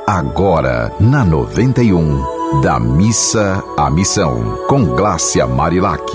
Agora, na 91, da Missa à Missão, com Glácia Marilac.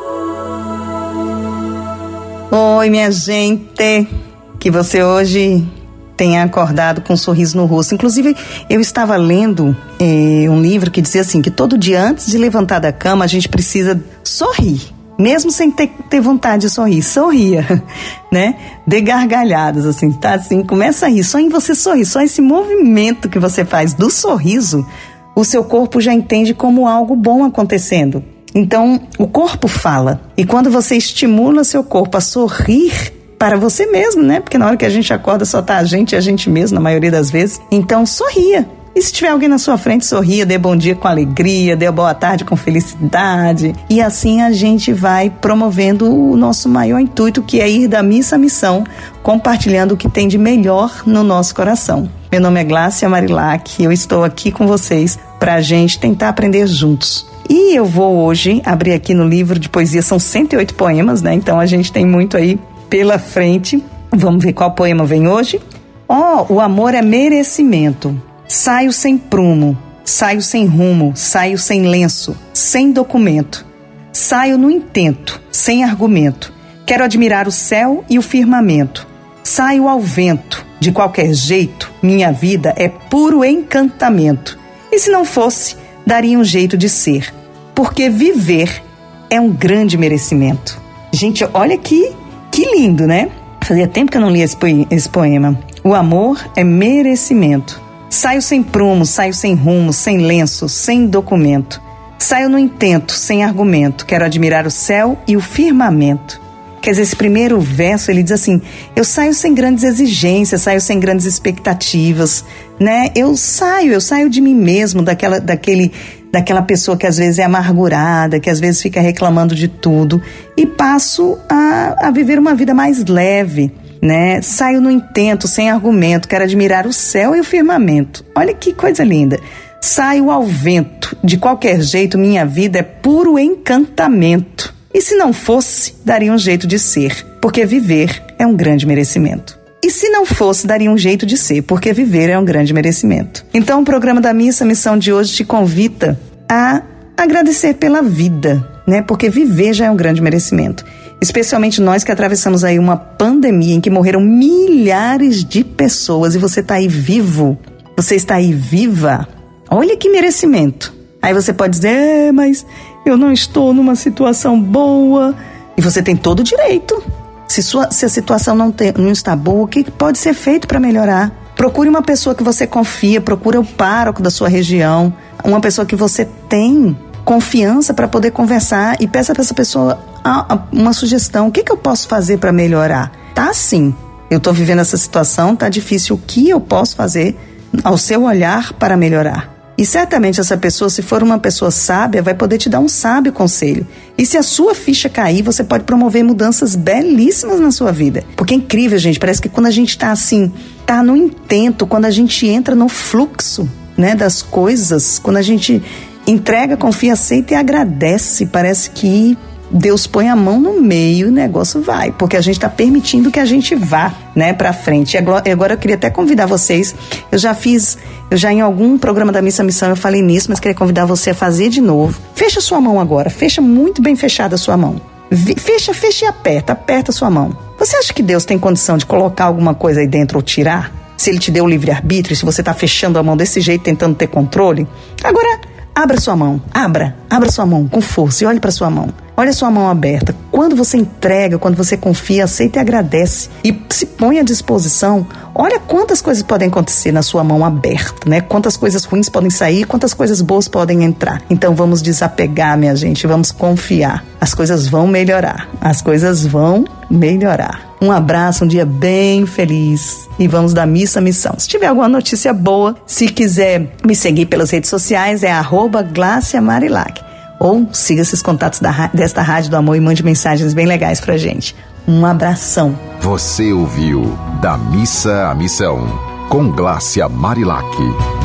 Oi, minha gente, que você hoje tenha acordado com um sorriso no rosto. Inclusive, eu estava lendo um livro que dizia assim, que todo dia antes de levantar da cama, a gente precisa sorrir. Mesmo sem ter vontade de sorrir, sorria, né? Dê gargalhadas, assim, tá? Assim, começa a rir, só em você sorrir, só esse movimento que você faz do sorriso, o seu corpo já entende como algo bom acontecendo. Então, o corpo fala. E quando você estimula seu corpo a sorrir para você mesmo, né? Porque na hora que a gente acorda só tá a gente e a gente mesmo, na maioria das vezes. Então, sorria. E se tiver alguém na sua frente, sorria, dê bom dia com alegria, dê boa tarde com felicidade. E assim a gente vai promovendo o nosso maior intuito, que é ir da missa à missão, compartilhando o que tem de melhor no nosso coração. Meu nome é Glácia Marilac, eu estou aqui com vocês para a gente tentar aprender juntos. E eu vou hoje abrir aqui no livro de poesia, são 108 poemas, né? Então a gente tem muito aí pela frente. Vamos ver qual poema vem hoje. O amor é merecimento. Saio sem prumo, saio sem rumo, saio sem lenço, sem documento. Saio no intento, sem argumento. Quero admirar o céu e o firmamento. Saio ao vento, de qualquer jeito, minha vida é puro encantamento. E se não fosse, daria um jeito de ser, porque viver é um grande merecimento. Gente, olha que lindo, né? Fazia tempo que eu não lia esse poema. O amor é merecimento. Saio sem prumo, saio sem rumo, sem lenço, sem documento. Saio no intento, sem argumento. Quero admirar o céu e o firmamento. Quer dizer, esse primeiro verso, ele diz assim, eu saio sem grandes exigências, saio sem grandes expectativas, né? Eu saio de mim mesmo, daquela pessoa que às vezes é amargurada, que às vezes fica reclamando de tudo, e passo a viver uma vida mais leve, né? Saio no intento, sem argumento, quero admirar o céu e o firmamento. Olha que coisa linda. Saio ao vento, de qualquer jeito minha vida é puro encantamento. E se não fosse, daria um jeito de ser, porque viver é um grande merecimento. E se não fosse, daria um jeito de ser, porque viver é um grande merecimento. Então o programa da Missa Missão de hoje te convida a agradecer pela vida, né? Porque viver já é um grande merecimento. Especialmente nós que atravessamos aí uma pandemia em que morreram milhares de pessoas e você está aí vivo, você está aí viva. Olha que merecimento. Aí você pode dizer, mas eu não estou numa situação boa. E você tem todo o direito. Se a situação não está boa, o que pode ser feito para melhorar? Procure uma pessoa que você confia, procure o pároco da sua região, uma pessoa que você tem confiança para poder conversar e peça para essa pessoa uma sugestão. O que eu posso fazer para melhorar? Tá assim, eu estou vivendo essa situação, tá difícil, o que eu posso fazer ao seu olhar para melhorar? E certamente essa pessoa, se for uma pessoa sábia, vai poder te dar um sábio conselho. E se a sua ficha cair, você pode promover mudanças belíssimas na sua vida. Porque é incrível, gente, parece que quando a gente tá assim, tá no intento, quando a gente entra no fluxo, né, das coisas, quando a gente entrega, confia, aceita e agradece, parece que Deus põe a mão no meio e o negócio vai, porque a gente está permitindo que a gente vá, né, para frente. E agora eu queria até convidar vocês, eu já em algum programa da Missa Missão eu falei nisso, mas queria convidar você a fazer de novo. Fecha sua mão agora, fecha muito bem fechada a sua mão. Fecha e aperta a sua mão. Você acha que Deus tem condição de colocar alguma coisa aí dentro ou tirar? Se Ele te deu o livre-arbítrio, se você está fechando a mão desse jeito, tentando ter controle? Agora, abra sua mão, abra sua mão com força e olhe para sua mão. Olha a sua mão aberta. Quando você entrega, quando você confia, aceita e agradece e se põe à disposição, olha quantas coisas podem acontecer na sua mão aberta, né? Quantas coisas ruins podem sair, quantas coisas boas podem entrar. Então vamos desapegar, minha gente, vamos confiar. As coisas vão melhorar. As coisas vão melhorar. Um abraço, um dia bem feliz e vamos da Missa à Missão. Se tiver alguma notícia boa, se quiser me seguir pelas redes sociais, é @Glácia Marilac. Ou siga esses contatos desta Rádio do Amor e mande mensagens bem legais pra gente. Um abração. Você ouviu Da Missa à Missão, com Glácia Marilac.